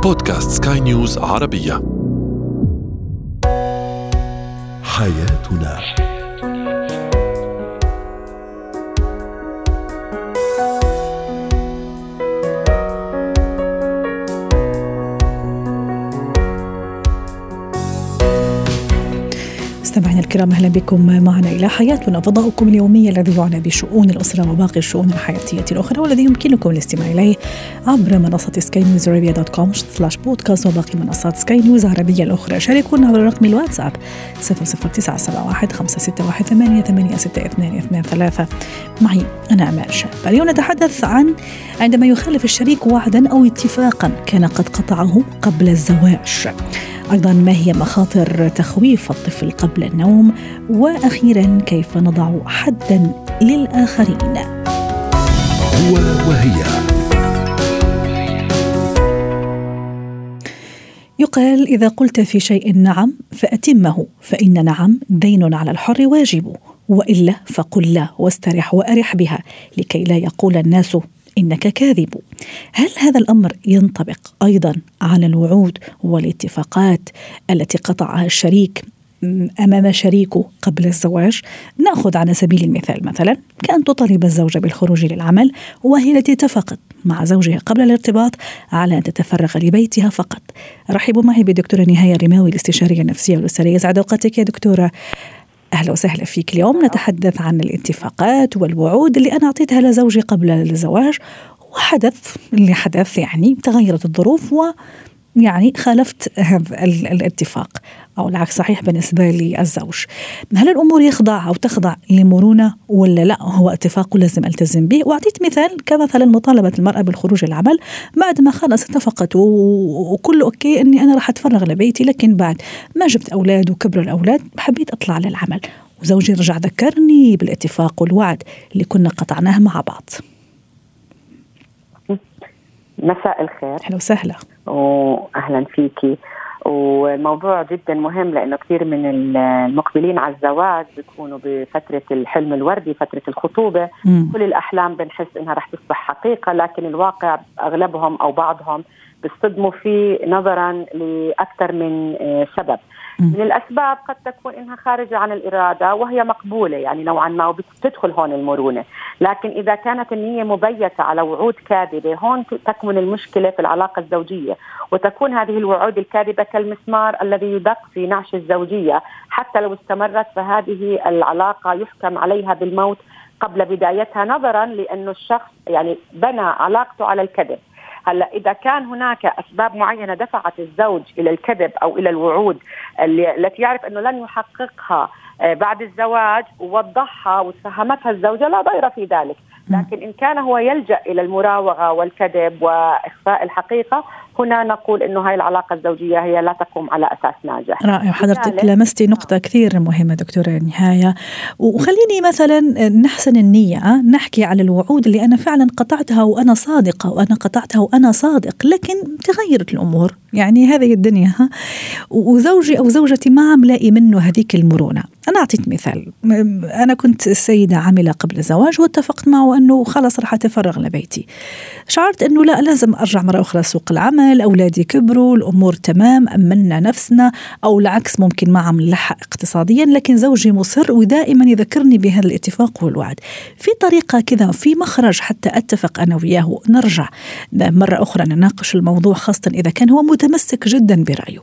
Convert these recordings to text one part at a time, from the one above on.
بودكاست سكاي نيوز عربية. حياتنا. مستمعينا الكرام، أهلا بكم معنا إلى حياتنا، فضاؤكم اليومي الذي يعنى بشؤون الأسرة وباقي الشؤون الحياتية الأخرى، والذي يمكنكم الاستماع إليه عبر منصة skynewsarabia.com/podcast وباقي منصات سكاي نيوز عربية الأخرى. شاركونا عبر رقم الواتساب 00971 561 886 معي أنا أمال شاب. اليوم نتحدث عن عندما يخالف الشريك وعدا أو اتفاقا كان قد قطعه قبل الزواج. أيضا ما هي مخاطر تخويف الطفل قبل النوم؟ وأخيرا كيف نضع حدا للآخرين؟ هو وهي. يقال إذا قلت في شيء نعم فأتمه، فإن نعم دين على الحر واجب، وإلا فقل لا واسترح وأرح بها لكي لا يقول الناس إنك كاذب. هل هذا الأمر ينطبق أيضا على الوعود والاتفاقات التي قطعها الشريك أمام شريكه قبل الزواج؟ نأخذ على سبيل المثال مثلا كأن تطالب الزوجة بالخروج للعمل، وهي التي اتفقت مع زوجها قبل الارتباط على أن تتفرغ لبيتها فقط. رحبوا معي بدكتورة نهاية الرماوي، الاستشارية النفسية والأسرية. سعد أوقاتك يا دكتورة، أهلا وسهلا فيك. اليوم نتحدث عن الاتفاقات والوعود اللي أنا أعطيتها لزوجي قبل الزواج، وحدث اللي حدث يعني تغيرت الظروف ويعني خالفت هذا الاتفاق، أو العكس صحيح بالنسبة للزوج. هل الأمور يخضع أو تخضع لمرونة ولا لا هو اتفاق لازم ألتزم به؟ وأعطيت مثال كمثلا مطالبة المرأة بالخروج للعمل بعد ما خلص اتفقت وكله أوكي أني أنا راح أتفرغ لبيتي، لكن بعد ما جبت أولاد وكبروا الأولاد حبيت أطلع للعمل، وزوجي رجع ذكرني بالاتفاق والوعد اللي كنا قطعناه مع بعض. مساء الخير. أهلا وسهلا. وأهلا فيكي. وموضوع جدا مهم، لأنه كثير من المقبلين على الزواج بيكونوا بفترة الحلم الوردي، فترة الخطوبة. كل الأحلام بنحس إنها رح تصبح حقيقة، لكن الواقع أغلبهم أو بعضهم بيصطدموا فيه نظرا لأكثر من سبب. من الأسباب قد تكون إنها خارجة عن الإرادة وهي مقبولة يعني نوعا ما، وبتدخل هون المرونة. لكن إذا كانت النية مبيتة على وعود كاذبة، هون تكمن المشكلة في العلاقة الزوجية، وتكون هذه الوعود الكاذبة كالمسمار الذي يدق في نعش الزوجية. حتى لو استمرت فهذه العلاقة يحكم عليها بالموت قبل بدايتها، نظرا لأنه الشخص يعني بنى علاقته على الكذب. هلا إذا كان هناك أسباب معينة دفعت الزوج إلى الكذب أو إلى الوعود التي يعرف أنه لن يحققها بعد الزواج، ووضحها وفهمتها الزوجة، لا ضير في ذلك. لكن إن كان هو يلجأ إلى المراوغة والكذب وإخفاء الحقيقة، هنا نقول إنه هاي العلاقة الزوجية هي لا تقوم على أساس ناجح. رائع، حضرتك لمستي نقطة كثير مهمة دكتورة نهاية. وخليني مثلا نحسن النية، نحكي على الوعود اللي أنا فعلا قطعتها وأنا صادقة، وأنا قطعتها وأنا صادق، لكن تغيرت الأمور، يعني هذه الدنيا وزوجي أو زوجتي ما عم لاقي منه هذيك المرونة. أنا أعطيت مثال، أنا كنت السيدة عاملة قبل الزواج واتفقت معه أنه خلاص راح أتفرغ لبيتي. شعرت أنه لا، لازم أرجع مرة أخرى سوق العمل، أولادي كبروا، الأمور تمام، أمنا نفسنا، أو العكس ممكن ما عم نلحق اقتصاديا، لكن زوجي مصر ودائما يذكرني بهذا الاتفاق والوعد. في طريقة كذا، في مخرج حتى أتفق أنا وياه نرجع مرة أخرى نناقش الموضوع، خاصة إذا كان هو متمسك جدا برأيه؟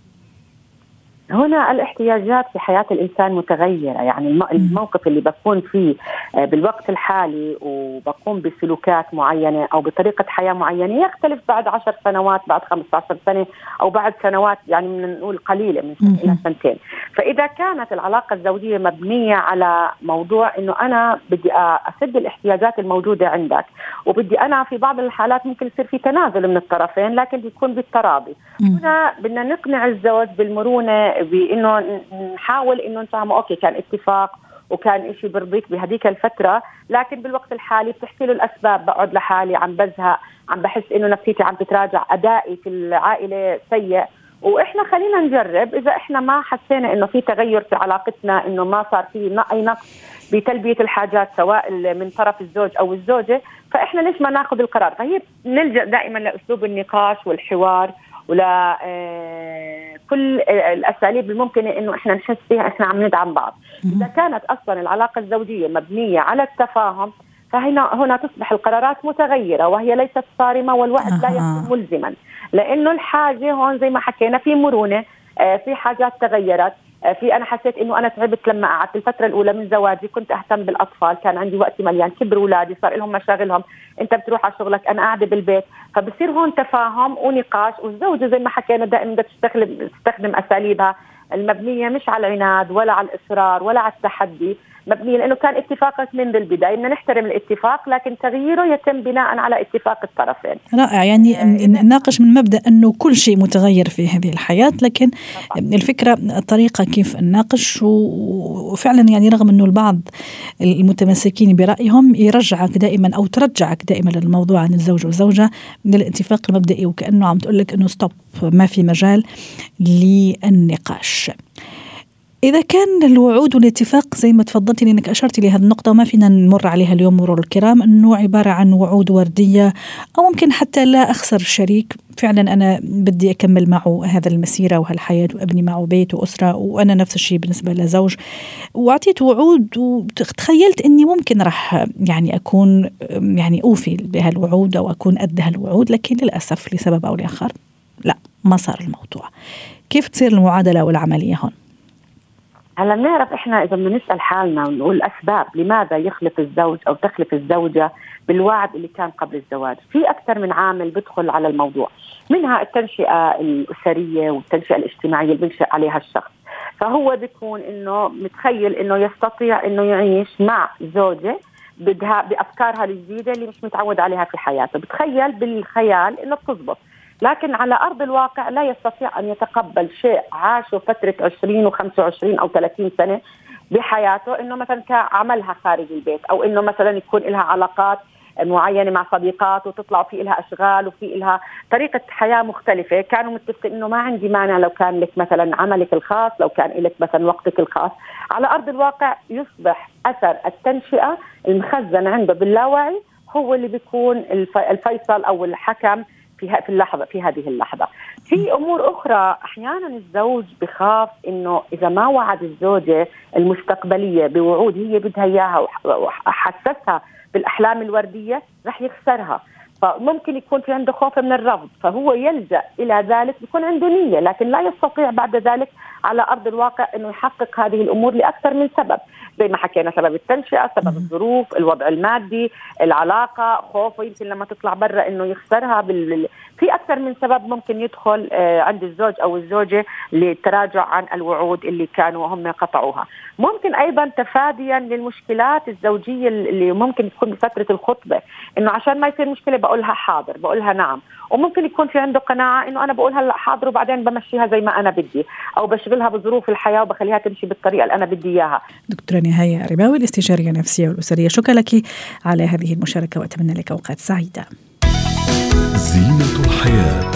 هنا الاحتياجات في حياة الإنسان متغيرة، يعني الموقف اللي بكون فيه بالوقت الحالي وبقوم بسلوكات معينة أو بطريقة حياة معينة يختلف بعد 10 سنوات، بعد 15 سنة، أو بعد سنوات يعني من نقول قليلة من سنة إلى سنتين. فإذا كانت العلاقة الزوجية مبنية على موضوع إنه أنا بدي أسد الاحتياجات الموجودة عندك، وبدي أنا في بعض الحالات ممكن يصير في تنازل من الطرفين لكن بيكون بالتراضي. هنا بدنا نقنع الزوج بالمرونة، بإنه نحاول إنه نفهم أوكي كان اتفاق وكان إشي برضيك بهديك الفترة، لكن بالوقت الحالي بتحكي له الأسباب، بقعد لحالي، عم بزهق، عم بحس إنه نفسيتي عم تتراجع، أدائي في العائلة سيء، وإحنا خلينا نجرب. إذا إحنا ما حسينا إنه في تغير في علاقتنا، إنه ما صار في أي نقص بتلبية الحاجات سواء من طرف الزوج أو الزوجة، فإحنا ليش ما ناخذ القرار؟ فهي نلجأ دائما لأسلوب النقاش والحوار ولا كل الأساليب الممكنة إنه إحنا نحس فيها إحنا عم ندعم بعض. إذا كانت أصلا العلاقة الزوجية مبنية على التفاهم، فهنا تصبح القرارات متغيرة وهي ليست صارمة، والوعد لا يكون ملزما، لأنه الحاجة هون زي ما حكينا في مرونة، في حاجات تغيرت. أنا حسيت إنه أنا تعبت لما قعدت الفترة الأولى من زواجي، كنت أهتم بالأطفال، كان عندي وقت مليان، كبروا أولادي، صار لهم مشاغلهم، أنت بتروح على شغلك، أنا قاعدة بالبيت، فبصير هون تفاهم ونقاش. والزوجة زي ما حكينا دائما بدها تستخدم أساليبها المبنية مش على العناد ولا على الإصرار ولا على التحدي، مبنية لأنه كان اتفاقك منذ البداية، إن نحترم الاتفاق لكن تغييره يتم بناء على اتفاق الطرفين. رائع، يعني نناقش من مبدأ أنه كل شيء متغير في هذه الحياة، لكن الفكرة الطريقة كيف نناقش. وفعلا يعني رغم أنه البعض المتمسكين برأيهم يرجعك دائما أو ترجعك دائما للموضوع عن الزوج والزوجة من الاتفاق المبدئي، وكأنه عم تقول لك أنه ستوب، ما في مجال للنقاش. إذا كان الوعود والاتفاق زي ما تفضلتي لأنك أشرتي لهذه النقطة ما فينا نمر عليها اليوم مرور الكرام، أنه عبارة عن وعود وردية أو ممكن حتى لا أخسر الشريك، فعلا أنا بدي أكمل معه هذا المسيرة وهالحياة وأبني معه بيت وأسرة، وأنا نفس الشيء بالنسبة لزوج، وأعطيت وعود وتخيلت أني ممكن راح يعني أكون يعني أوفي بهالوعود أو أكون قد هالوعود، لكن للأسف لسبب أو لآخر لا ما صار الموضوع. كيف تصير المعادلة والعملية هون؟ هلا بنعرف إحنا إذا بنسأل حالنا ونقول أسباب لماذا يخلف الزوج أو تخلف الزوجة بالوعد اللي كان قبل الزواج، في أكثر من عامل بدخل على الموضوع، منها التنشئة الأسرية والتنشئة الاجتماعية اللي بينشئ عليها الشخص. فهو بيكون إنه متخيل إنه يستطيع إنه يعيش مع زوجة بأفكارها الجديدة اللي مش متعود عليها في حياته، بتخيل بالخيال إنه بتزبط، لكن على أرض الواقع لا يستطيع أن يتقبل شيء عاشه فترة 20 و25 أو 30 سنة بحياته، إنه مثلا عملها خارج البيت، أو إنه مثلا يكون لها علاقات معينة مع صديقات وتطلع في لها أشغال وفي لها طريقة حياة مختلفة. كانوا متفقين إنه ما عندي مانع لو كان لك مثلا عملك الخاص، لو كان لك مثلا وقتك الخاص. على أرض الواقع يصبح أثر التنشئة المخزن عنده باللاوعي هو اللي بيكون الفيصل أو الحكم في اللحظة، في هذه اللحظة. في أمور أخرى أحيانا الزوج بخاف إنه إذا ما وعد الزوجة المستقبلية بوعود هي بدها إياها وحسسها بالأحلام الوردية رح يخسرها، فممكن يكون في عنده خوف من الرفض، فهو يلجأ إلى ذلك، بيكون عنده نية لكن لا يستطيع بعد ذلك على أرض الواقع إنه يحقق هذه الأمور لأكثر من سبب، زي ما حكينا، سبب التنشئة، سبب الظروف، الوضع المادي، العلاقة، خوفه يمكن لما تطلع برا إنه يخسرها. في أكثر من سبب ممكن يدخل عند الزوج أو الزوجة للتراجع عن الوعود اللي كانوا هم قطعوها. ممكن أيضا تفاديا للمشكلات الزوجية اللي ممكن تكون بفترة الخطبة، إنه عشان ما يصير مشكلة بقولها حاضر، بقولها نعم، وممكن يكون في عنده قناعة إنه أنا بقولها لا حاضر وبعدين بمشيها زي ما أنا بدي، أو بشغلها بظروف الحياة وبخليها تمشي بالطريقة اللي أنا بدي إياها. دكتورة نهاية عرباوي، الاستشارية النفسية والأسرية، شكرا لك على هذه المشاركة وأتمنى لك أوقات سعيدة. زينة الحياة.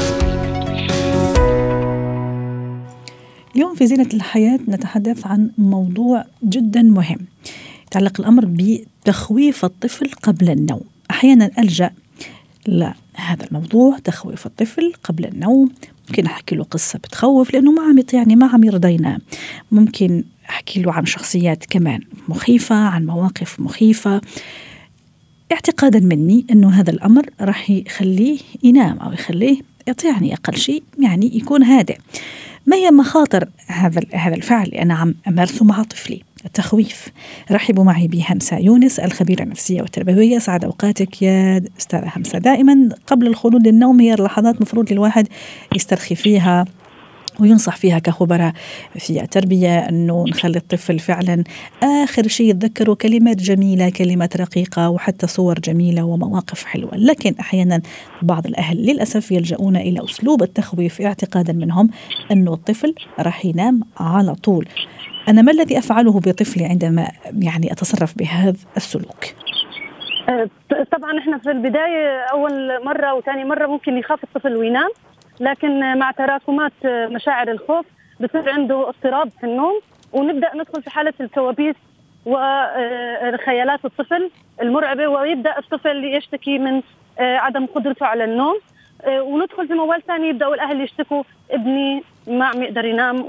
اليوم في زينة الحياة نتحدث عن موضوع جدا مهم، يتعلق الأمر بتخويف الطفل قبل النوم. أحيانا ألجأ لهذا الموضوع، تخويف الطفل قبل النوم. ممكن أحكي له قصة بتخوف لأنه ما عم يطيعني، ما عم يرضى ينام. ممكن أحكي له عن شخصيات كمان مخيفة، عن مواقف مخيفة، اعتقادا مني أنه هذا الأمر راح يخليه ينام أو يخليه يطيعني أقل شيء، يعني يكون هادئ. ما هي مخاطر هذا الفعل اللي أنا عم أمارسه مع طفلي؟ التخويف. رحبوا معي بهمسة يونس، الخبيرة النفسية والتربوية. سعد أوقاتك يا أستاذة همسة. دائما قبل الخلود للنوم هي لحظات مفروض الواحد يسترخي فيها وينصح فيها كخبراء في التربية أنه نخلي الطفل فعلا آخر شيء يتذكره كلمات جميلة، كلمات رقيقة، وحتى صور جميلة ومواقف حلوة. لكن أحيانا بعض الأهل للأسف يلجؤون إلى أسلوب التخويف اعتقادا منهم أنه الطفل راح ينام على طول. أنا ما الذي أفعله بطفلي عندما يعني أتصرف بهذا السلوك؟ طبعا إحنا في البداية أول مرة وثاني مرة ممكن يخاف الطفل وينام، لكن مع تراكمات مشاعر الخوف بصير عنده اضطراب في النوم، ونبدأ ندخل في حالة الكوابيس وخيالات الطفل المرعبة، ويبدأ الطفل يشتكي من عدم قدرته على النوم. وندخل في موال ثاني، يبدأوا الأهل يشتكوا ابني ما عم يقدر ينام،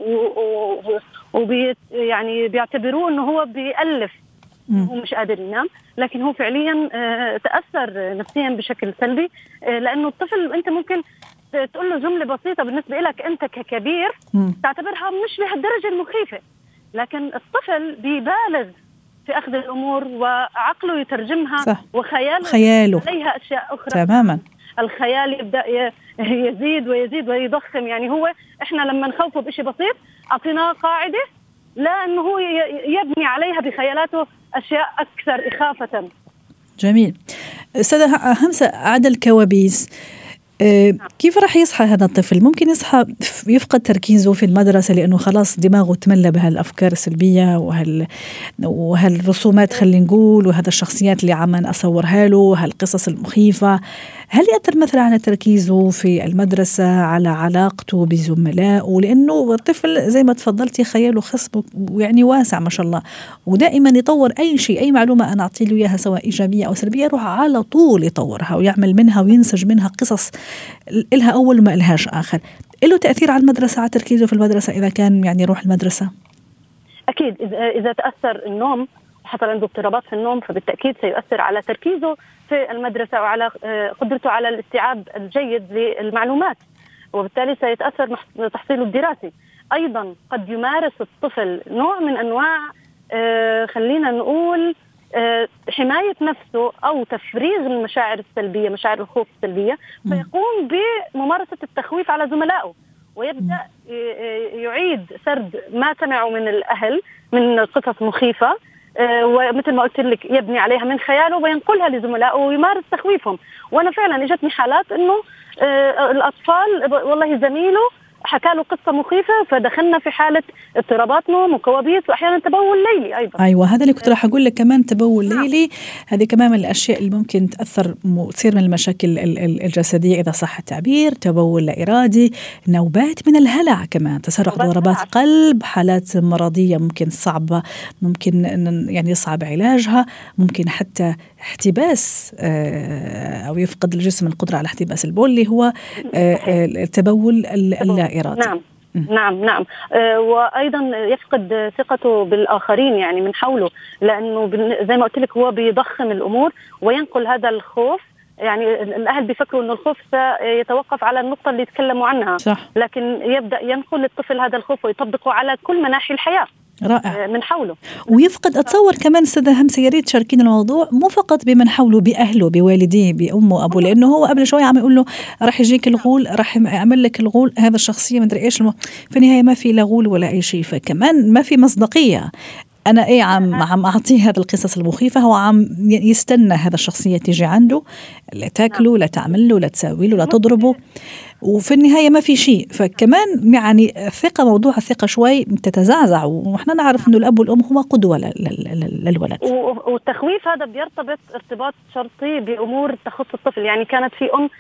يعني بيعتبروه إنه هو بيألف، هو مش قادر ينام، لكن هو فعليا تأثر نفسيا بشكل سلبي. لأنه الطفل أنت ممكن تقول له جملة بسيطة بالنسبة لك أنت ككبير تعتبرها مش بهالدرجة المخيفة، لكن الطفل بيبالغ في أخذ الأمور وعقله يترجمها، صح. وخياله عليها أشياء أخرى تماما. الخيال يبدأ يزيد ويزيد ويضخم. يعني هو إحنا لما نخوفه بشيء بسيط أعطيناه قاعدة، لا أنه هو يبني عليها بخيالاته أشياء أكثر إخافة. جميل. أستاذة همسة، عدا الكوابيس كيف راح يصحى هذا الطفل؟ ممكن يصحى يفقد تركيزه في المدرسة لأنه خلاص دماغه تملى بهالأفكار السلبية وهالرسومات خلينا نقول، وهذا الشخصيات اللي عم أصورها له، وهالقصص المخيفة. هل يأثر مثلا على تركيزه في المدرسة، على علاقته بزملائه؟ لأنه الطفل زي ما تفضلتي خياله خصب يعني واسع ما شاء الله، ودائما يطور أي شيء، أي معلومة أنا أعطي له إياها سواء إيجابية أو سلبية يروح على طول يطورها ويعمل منها وينسج منها قصص إلها أول ما إلهاش آخر. له تأثير على المدرسة، على تركيزه في المدرسة إذا كان يعني يروح المدرسة؟ أكيد إذا تأثر النوم وحصل عنده اضطرابات في النوم، فبالتأكيد سيؤثر على تركيزه في المدرسة وعلى قدرته على الاستيعاب الجيد للمعلومات، وبالتالي سيتأثر تحصيله الدراسي. أيضا قد يمارس الطفل نوع من أنواع خلينا نقول حماية نفسه أو تفريغ المشاعر السلبية، مشاعر الخوف السلبية، فيقوم بممارسة التخويف على زملائه، ويبدأ يعيد سرد ما سمعوا من الأهل من قصص مخيفة، ومثل ما قلت لك يبني عليها من خياله وينقلها لزملائه ويمارس تخويفهم. وأنا فعلا اجتني حالات إنه الأطفال والله زميله حكى له قصة مخيفة فدخلنا في حالة اضطرابات نوم وكوابيس وأحيانا تبول ليلي أيضا. أيوة، هذا اللي كنت راح أقول لك كمان، تبول ليلي هذه كمان من الأشياء اللي ممكن تأثر تصير من المشاكل الجسدية إذا صح التعبير. تبول لا إرادي، نوبات من الهلع كمان، تسرع ضربات قلب، حالات مرضية ممكن صعبة، ممكن يعني يصعب علاجها، ممكن حتى احتباس أو يفقد الجسم القدرة على احتباس البول اللي هو التبول اللا إرادي. نعم. وأيضا يفقد ثقته بالآخرين يعني من حوله، لأنه زي ما قلت لك هو بيضخم الأمور وينقل هذا الخوف. يعني الأهل بيفكروا أن الخوف سيتوقف على النقطة اللي يتكلموا عنها، صح. لكن يبدأ ينقل الطفل هذا الخوف ويطبقه على كل مناحي الحياة. رائع. من حوله. ويفقد، أتصور كمان أستاذة همسة يا ريت تشاركين الموضوع، مو فقط بمن حوله، بأهله، بوالديه، بأمه وأبوه، لأنه هو قبل شوي عم يقول له راح يجيك الغول، راح يعمل لك الغول، هذا الشخصية مدري إيش، في النهاية ما في لا غول ولا أي شيء، فكمان ما في مصداقية. أنا عم أعطيه هذا القصص المخيفة، هو عم يستنى هذا الشخصية تيجي عنده، لا تاكله، لا تعمل له، لا تساوي له، لا تضربه، وفي النهاية ما في شيء. فكمان يعني الثقة، موضوع الثقة شوي تتزعزع، ونحن نعرف أنه الأب والأم هو قدوة للولد. والتخويف هذا بيرتبط ارتباط شرطي بأمور تخص الطفل. يعني كانت في أم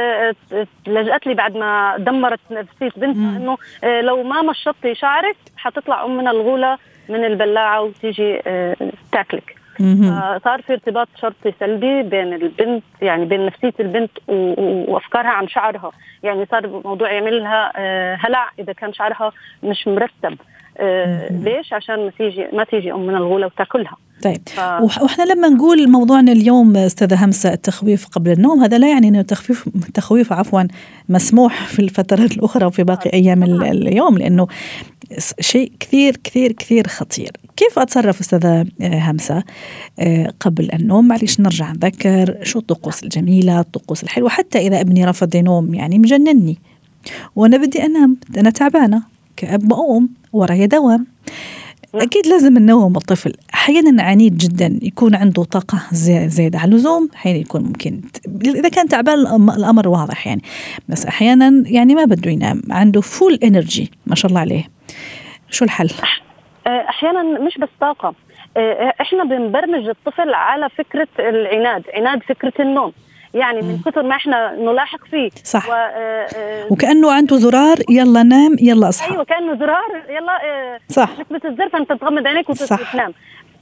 لجأت لي بعد ما دمرت نفسية بنتها أنه لو ما مشطتي شعرك حتطلع أمنا الغولة من البلاعة وتيجي تاكلك. صار في ارتباط شرطي سلبي بين البنت، يعني بين نفسية البنت وأفكارها عن شعرها. يعني صار موضوع يعملها هلع إذا كان شعرها مش مرتب. ليش؟ عشان ما تيجي أمنا الغولة وتاكلها. طيب وإحنا لما نقول موضوعنا اليوم أستاذة همسة التخويف قبل النوم، هذا لا يعني أنه التخويف مسموح في الفترات الأخرى وفي باقي أيام اليوم، لأنه شيء كثير كثير كثير خطير. كيف أتصرف أستاذة همسة قبل النوم؟ معليش نرجع نذكر شو الطقوس الجميلة، الطقوس الحلوة، حتى إذا ابني رفض ينوم يعني مجنني وأنا بدي أنام، أنا تعبانة كأب وأم ورايا دوام، أكيد لازم النوم. الطفل أحيانا عنيد جدا، يكون عنده طاقة زيادة عن اللزوم، أحيانا يكون ممكن إذا كان تعبان الأمر واضح يعني، بس أحيانا يعني ما بده ينام، عنده فول إنرجي ما شاء الله عليه. شو الحل؟ أحيانا مش بس طاقة، إحنا بنبرمج الطفل على فكرة عناد فكرة النوم. يعني من كثر ما احنا نلاحق فيه، صح. وكأنه عنده زرار يلا نام يلا اصحى. ايوه كأنه زرار يلا، صح. نكبس الزر فانت تغمض عينيك وتنام.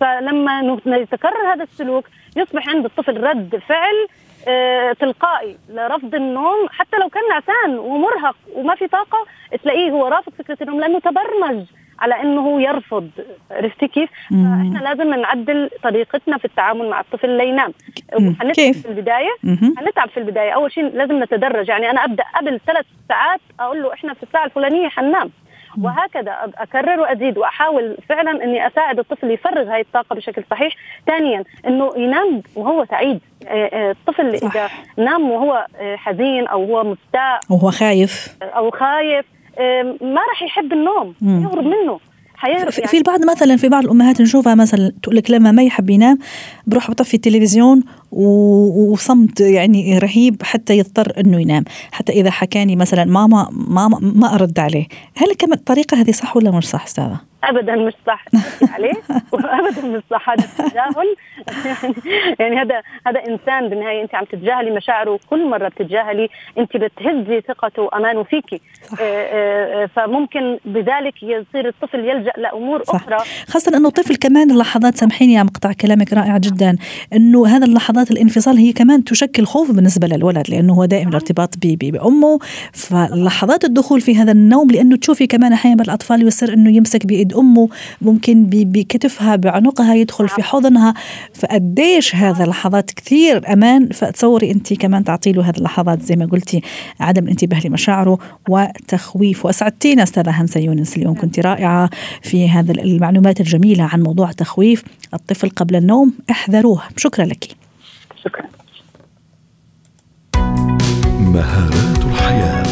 فلما يتكرر هذا السلوك يصبح عند الطفل رد فعل تلقائي لرفض النوم، حتى لو كان نعسان ومرهق وما في طاقة تلاقيه هو رافض فكرة النوم لأنه تبرمج على أنه يرفض. عرفتي كيف؟ فإحنا لازم نعدل طريقتنا في التعامل مع الطفل لينام. هنتعب في البداية، هنتعب في البداية. أول شيء لازم نتدرج، يعني أنا أبدأ قبل 3 ساعات أقول له إحنا في الساعة الفلانية حننام، وهكذا أكرر وأزيد وأحاول فعلا أني أساعد الطفل يفرغ هاي الطاقة بشكل صحيح. ثانيا أنه ينام وهو سعيد. الطفل إذا نام وهو حزين أو هو مستاء وهو خايف ما راح يحب النوم، يهرب منه. يعني في البعض مثلا، في بعض الأمهات نشوفها مثلا تقول لك لما ما يحب ينام بروح بطفي التلفزيون وصمت يعني رهيب حتى يضطر إنه ينام. حتى إذا حكاني مثلا ماما ما أرد عليه. هل كم الطريقة هذه صح ولا مش صح أستاذة؟ أبدا مش صح عليه وأبدا مش صح. هذا تجاهل يعني هذا إنسان بالنهاية. أنت عم تتجاهلي مشاعره، كل مرة بتتجاهلي أنت بتهزي ثقته وأمانه فيكي. فممكن بذلك يصير الطفل يلجأ لأمور صح. أخرى، خاصة أنه الطفل كمان اللحظات، سامحيني يا مقطع كلامك رائع جدا، أنه هذا اللحظات الانفصال هي كمان تشكل خوف بالنسبة للولد، لأنه هو دائما الارتباط بأمه. فلحظات الدخول في هذا النوم، لأنه تشوفي كمان أحيانا الأطفال يصير أنه يمسك بإيد أمه، ممكن بكتفها بعنقها يدخل في حضنها. فقديش هذا لحظات كثير أمان. فتصوري أنت كمان تعطي له هذه اللحظات زي ما قلتي عدم الانتباه لمشاعره وتخويف. وأسعدتينا أستاذة همسة يونس اليوم، كنت رائعة في هذا المعلومات الجميلة عن موضوع تخويف الطفل قبل النوم. احذروه. شكرا لك. شكرا. مهارات الحياة.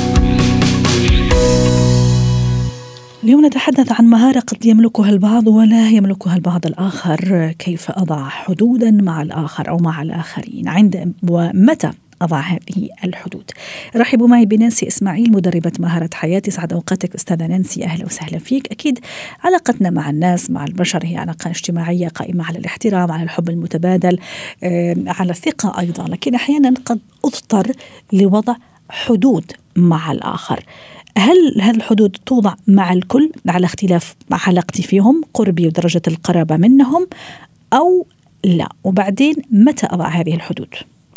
اليوم نتحدث عن مهارة قد يملكها البعض ولا يملكها البعض الآخر. كيف أضع حدودا مع الآخر أو مع الآخرين، عند ومتى أضع هذه الحدود. رحبوا معي بنانسي إسماعيل، مدربة مهارة حياة. يسعد أوقاتك أستاذة نانسي، أهلا وسهلا فيك. أكيد علاقتنا مع الناس، مع البشر، هي علاقة اجتماعية قائمة على الاحترام، على الحب المتبادل، على الثقة أيضا. لكن أحيانا قد أضطر لوضع حدود مع الآخر. هل هذه الحدود توضع مع الكل على اختلاف علاقتي فيهم، قربي ودرجة القرابة منهم، أو لا؟ وبعدين متى أضع هذه الحدود؟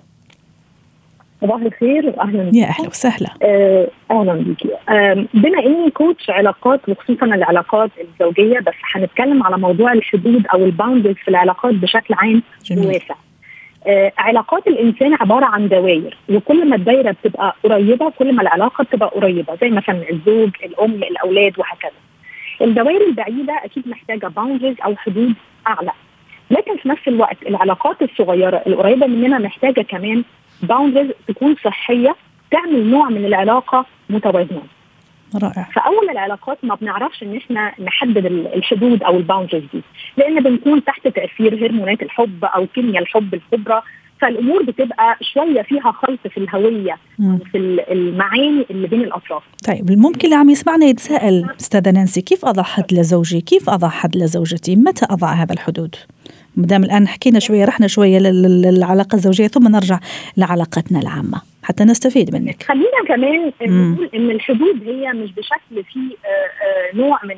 صباح الخير وأهلا بك. يا أهلا وسهلا. أهلا بك. بما إني كوتش علاقات وخصوصا العلاقات الزوجية، بس هنتكلم على موضوع الحدود أو الباوندرز في العلاقات بشكل عام واسع. علاقات الإنسان عبارة عن دوائر، وكل ما الدائرة بتبقى قريبة كل ما العلاقة بتبقى قريبة، زي مثلا الزوج، الأم، الأولاد وهكذا. الدوائر البعيدة أكيد محتاجة باوندرز أو حدود أعلى، لكن في نفس الوقت العلاقات الصغيرة القريبة مننا محتاجة كمان باوندرز تكون صحية، تعمل نوع من العلاقة متوازنة. رائع. فأول العلاقات ما بنعرفش إن إحنا نحدد الحدود أو الباوندرز دي، لأن بنكون تحت تأثير هرمونات الحب أو كيمياء الحب الكبرى، فالأمور بتبقى شوية فيها خلط في الهوية وفي المعاني اللي بين الأطراف. طيب، ممكن اللي عم يسمعنا يتساءل أستاذة نانسي، كيف أضع حد لزوجي؟ كيف أضع حد لزوجتي؟ متى أضع هذا الحدود؟ مدام الآن حكينا شوية، رحنا شوية للعلاقة الزوجية، ثم نرجع لعلاقتنا العامة حتى نستفيد منك. خلينا كمان نقول إن الحدود هي مش بشكل فيه نوع من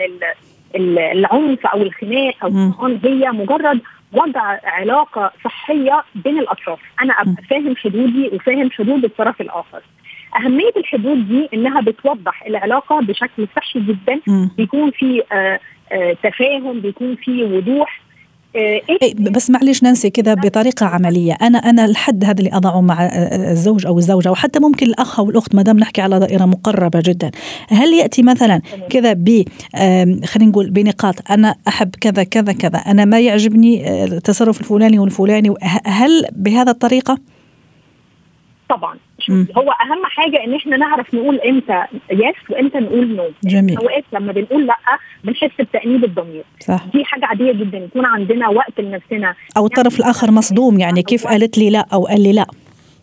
العنف أو الخناق أو هي مجرد وضع علاقة صحية بين الأطراف. أنا أبقى فاهم حدودي وفاهم حدود الطرف الآخر. أهمية الحدود دي إنها بتوضح العلاقة بشكل صحي جدا، بيكون في تفاهم، بيكون في وضوح. بس معلش نانسي كذا بطريقة عملية، أنا الحد هذا اللي أضعه مع الزوج أو الزوجة، وحتى ممكن الأخ أو الأخت ما دام نحكي على دائرة مقربة جدا، هل يأتي مثلا كذا خلينا نقول بنقاط، أنا أحب كذا كذا كذا، أنا ما يعجبني التصرف الفلاني والفلاني، هل بهذا الطريقة؟ طبعا هو أهم حاجة إن إحنا نعرف نقول إمتى يس وإمتى نقول نو. جميل. أوقات لما بنقول لأ بنحس بتأنيب الضمير. صح. دي حاجة عادية جدا، يكون عندنا وقت لنفسنا. أو الطرف الآخر مصدوم، يعني كيف قالت لي لا أو قال لي لا.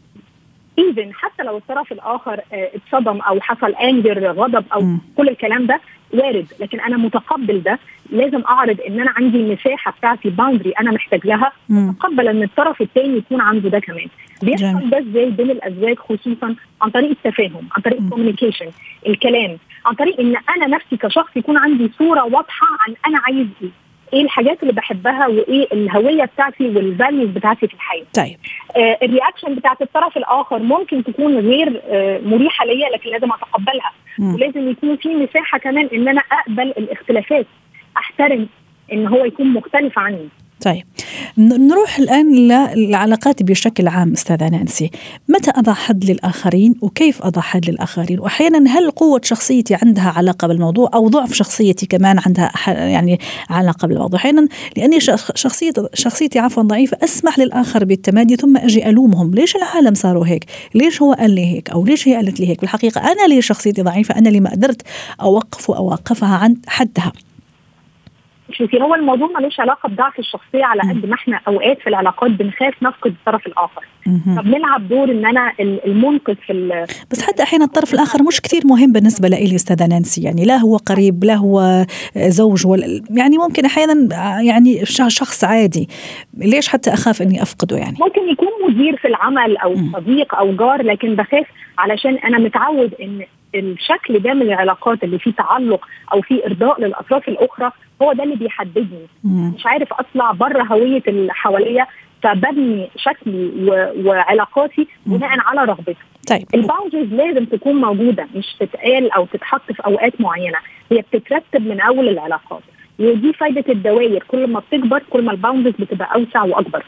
إذن حتى لو الطرف الآخر اتصدم أو حصل أنجر، غضب أو كل الكلام ده وارد، لكن أنا متقبل ده. لازم أعرض إن أنا عندي مساحة بتاعتي، باوندري أنا محتاجها، متقبل إن الطرف الثاني يكون عنده ده كمان. بيحصل ده إزاي بين الأزواج؟ خصوصا عن طريق التفاهم، عن طريق الكوميونيكيشن، الكلام، عن طريق إن أنا نفسي كشخص يكون عندي صورة واضحة عن أنا عايز إيه. ايه الحاجات اللي بحبها وايه الهويه بتاعتي والفاليوز بتاعتي في الحياه. طيب الرياكشن بتاعت الطرف الاخر ممكن تكون غير مريحه ليا، لكن لازم اتقبلها. ولازم يكون في مساحه كمان ان انا اقبل الاختلافات، احترم ان هو يكون مختلف عني. طيب نروح الآن للعلاقات بشكل عام أستاذة نانسي. متى أضع حد للآخرين وكيف أضع حد للآخرين؟ وأحيانا هل قوة شخصيتي عندها علاقة بالموضوع أو ضعف شخصيتي كمان عندها يعني علاقة بالموضوع؟ أحيانا لأني شخصيتي ضعيفة أسمح للآخر بالتمادي ثم أجي ألومهم، ليش العالم صاروا هيك؟ ليش هو قال لي هيك؟ أو ليش هي قالت لي هيك؟ بالحقيقة أنا لي شخصيتي ضعيفة، أنا اللي ما قدرت أوقفها عند حدها. شوفي، هو الموضوع ملوش علاقه بضعف الشخصيه على قد ما احنا اوقات في العلاقات بنخاف نفقد الطرف الاخر، فبنلعب دور ان انا المنقذ في بس حتى احيانا الطرف الاخر مش كتير مهم بالنسبه لي استاذه نانسي، يعني لا هو قريب لا هو زوج يعني ممكن احيانا يعني شخص عادي، ليش حتى اخاف اني افقده؟ يعني ممكن يكون مدير في العمل او صديق او جار، لكن بخاف علشان انا متعود ان الشكل ده من العلاقات اللي فيه تعلق او فيه ارضاء للاطراف الاخرى هو ده اللي بيحددني. مش عارف اطلع بره هويه اللي حواليا، فببني شكلي وعلاقاتي بناء على رغبتي. طيب الباوندريز لازم تكون موجوده، مش تتقال او تتحط في اوقات معينه، هي بتترتب من اول العلاقات، ودي فايده الدوائر، كل ما بتكبر كل ما الباوندريز بتبقى اوسع واكبر.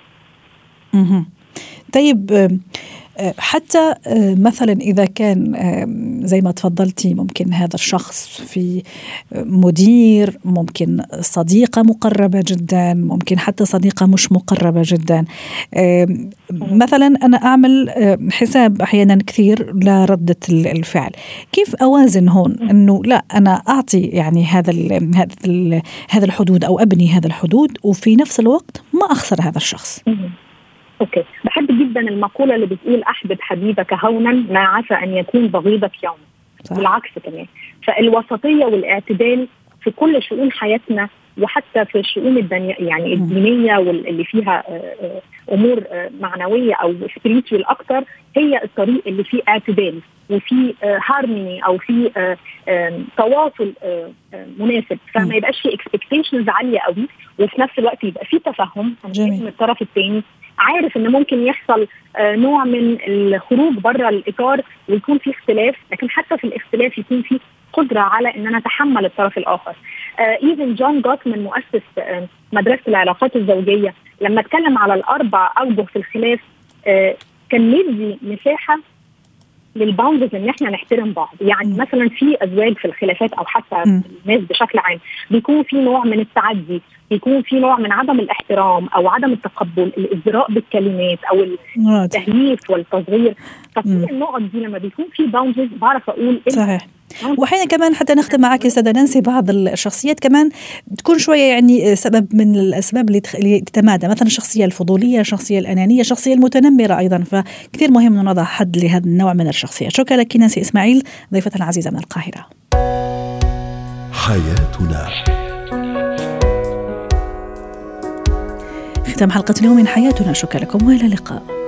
طيب حتى مثلا إذا كان زي ما تفضلتي ممكن هذا الشخص في مدير، ممكن صديقة مقربة جدا، ممكن حتى صديقة مش مقربة جدا، مثلا أنا أعمل حساب أحيانا كثير لردة الفعل، كيف أوازن هون أنه لا أنا أعطي يعني هذا الحدود أو أبني هذا الحدود وفي نفس الوقت ما أخسر هذا الشخص؟ اوكي، بحب جدا المقولة اللي بتقول احبب حبيبك هونا ما عسى ان يكون بغيضك يوم. والعكس كمان، فالوسطية والاعتدال في كل شؤون حياتنا، وحتى في الشؤون يعني الدينية واللي فيها امور معنوية او سبيريتوال اكتر، هي الطريق اللي فيه اعتدال وفي هارموني او في تواصل مناسب، فما يبقاش فيه اكسبكتيشنز عالية قوي، وفي نفس الوقت يبقى فيه تفهم من الطرف الثاني، عارف ان ممكن يحصل نوع من الخروج بره الاطار ويكون في اختلاف، لكن حتى في الاختلاف يكون في قدره على ان انا اتحمل الطرف الاخر. ايفن جون جوتمان مؤسس مدرسه العلاقات الزوجيه لما اتكلم على الاربع اوجه في الخلاف كان مدي مساحه للباوندز ان احنا نحترم بعض. يعني مثلا في ازواج في الخلافات او حتى الناس بشكل عام بيكون في نوع من التعدي، بيكون في نوع من عدم الاحترام او عدم التقبل، الازدراء بالكلمات او التهييف والتصغير. فكل النقط دي لما بيكون في باوندز بعرف اقول صحيح. وحين كمان حتى نختم معك سيدة نانسي، بعض الشخصيات كمان تكون شوية يعني سبب من الأسباب اللي تتمادى، مثلا الشخصية الفضولية، الشخصية الأنانية، الشخصية المتنمرة أيضا، فكثير مهم أن نضع حد لهذا النوع من الشخصية. شكرا لك نانسي إسماعيل ضيفتنا العزيزة من القاهرة. حياتنا، ختام حلقة اليوم من حياتنا، شكرا لكم وإلى اللقاء.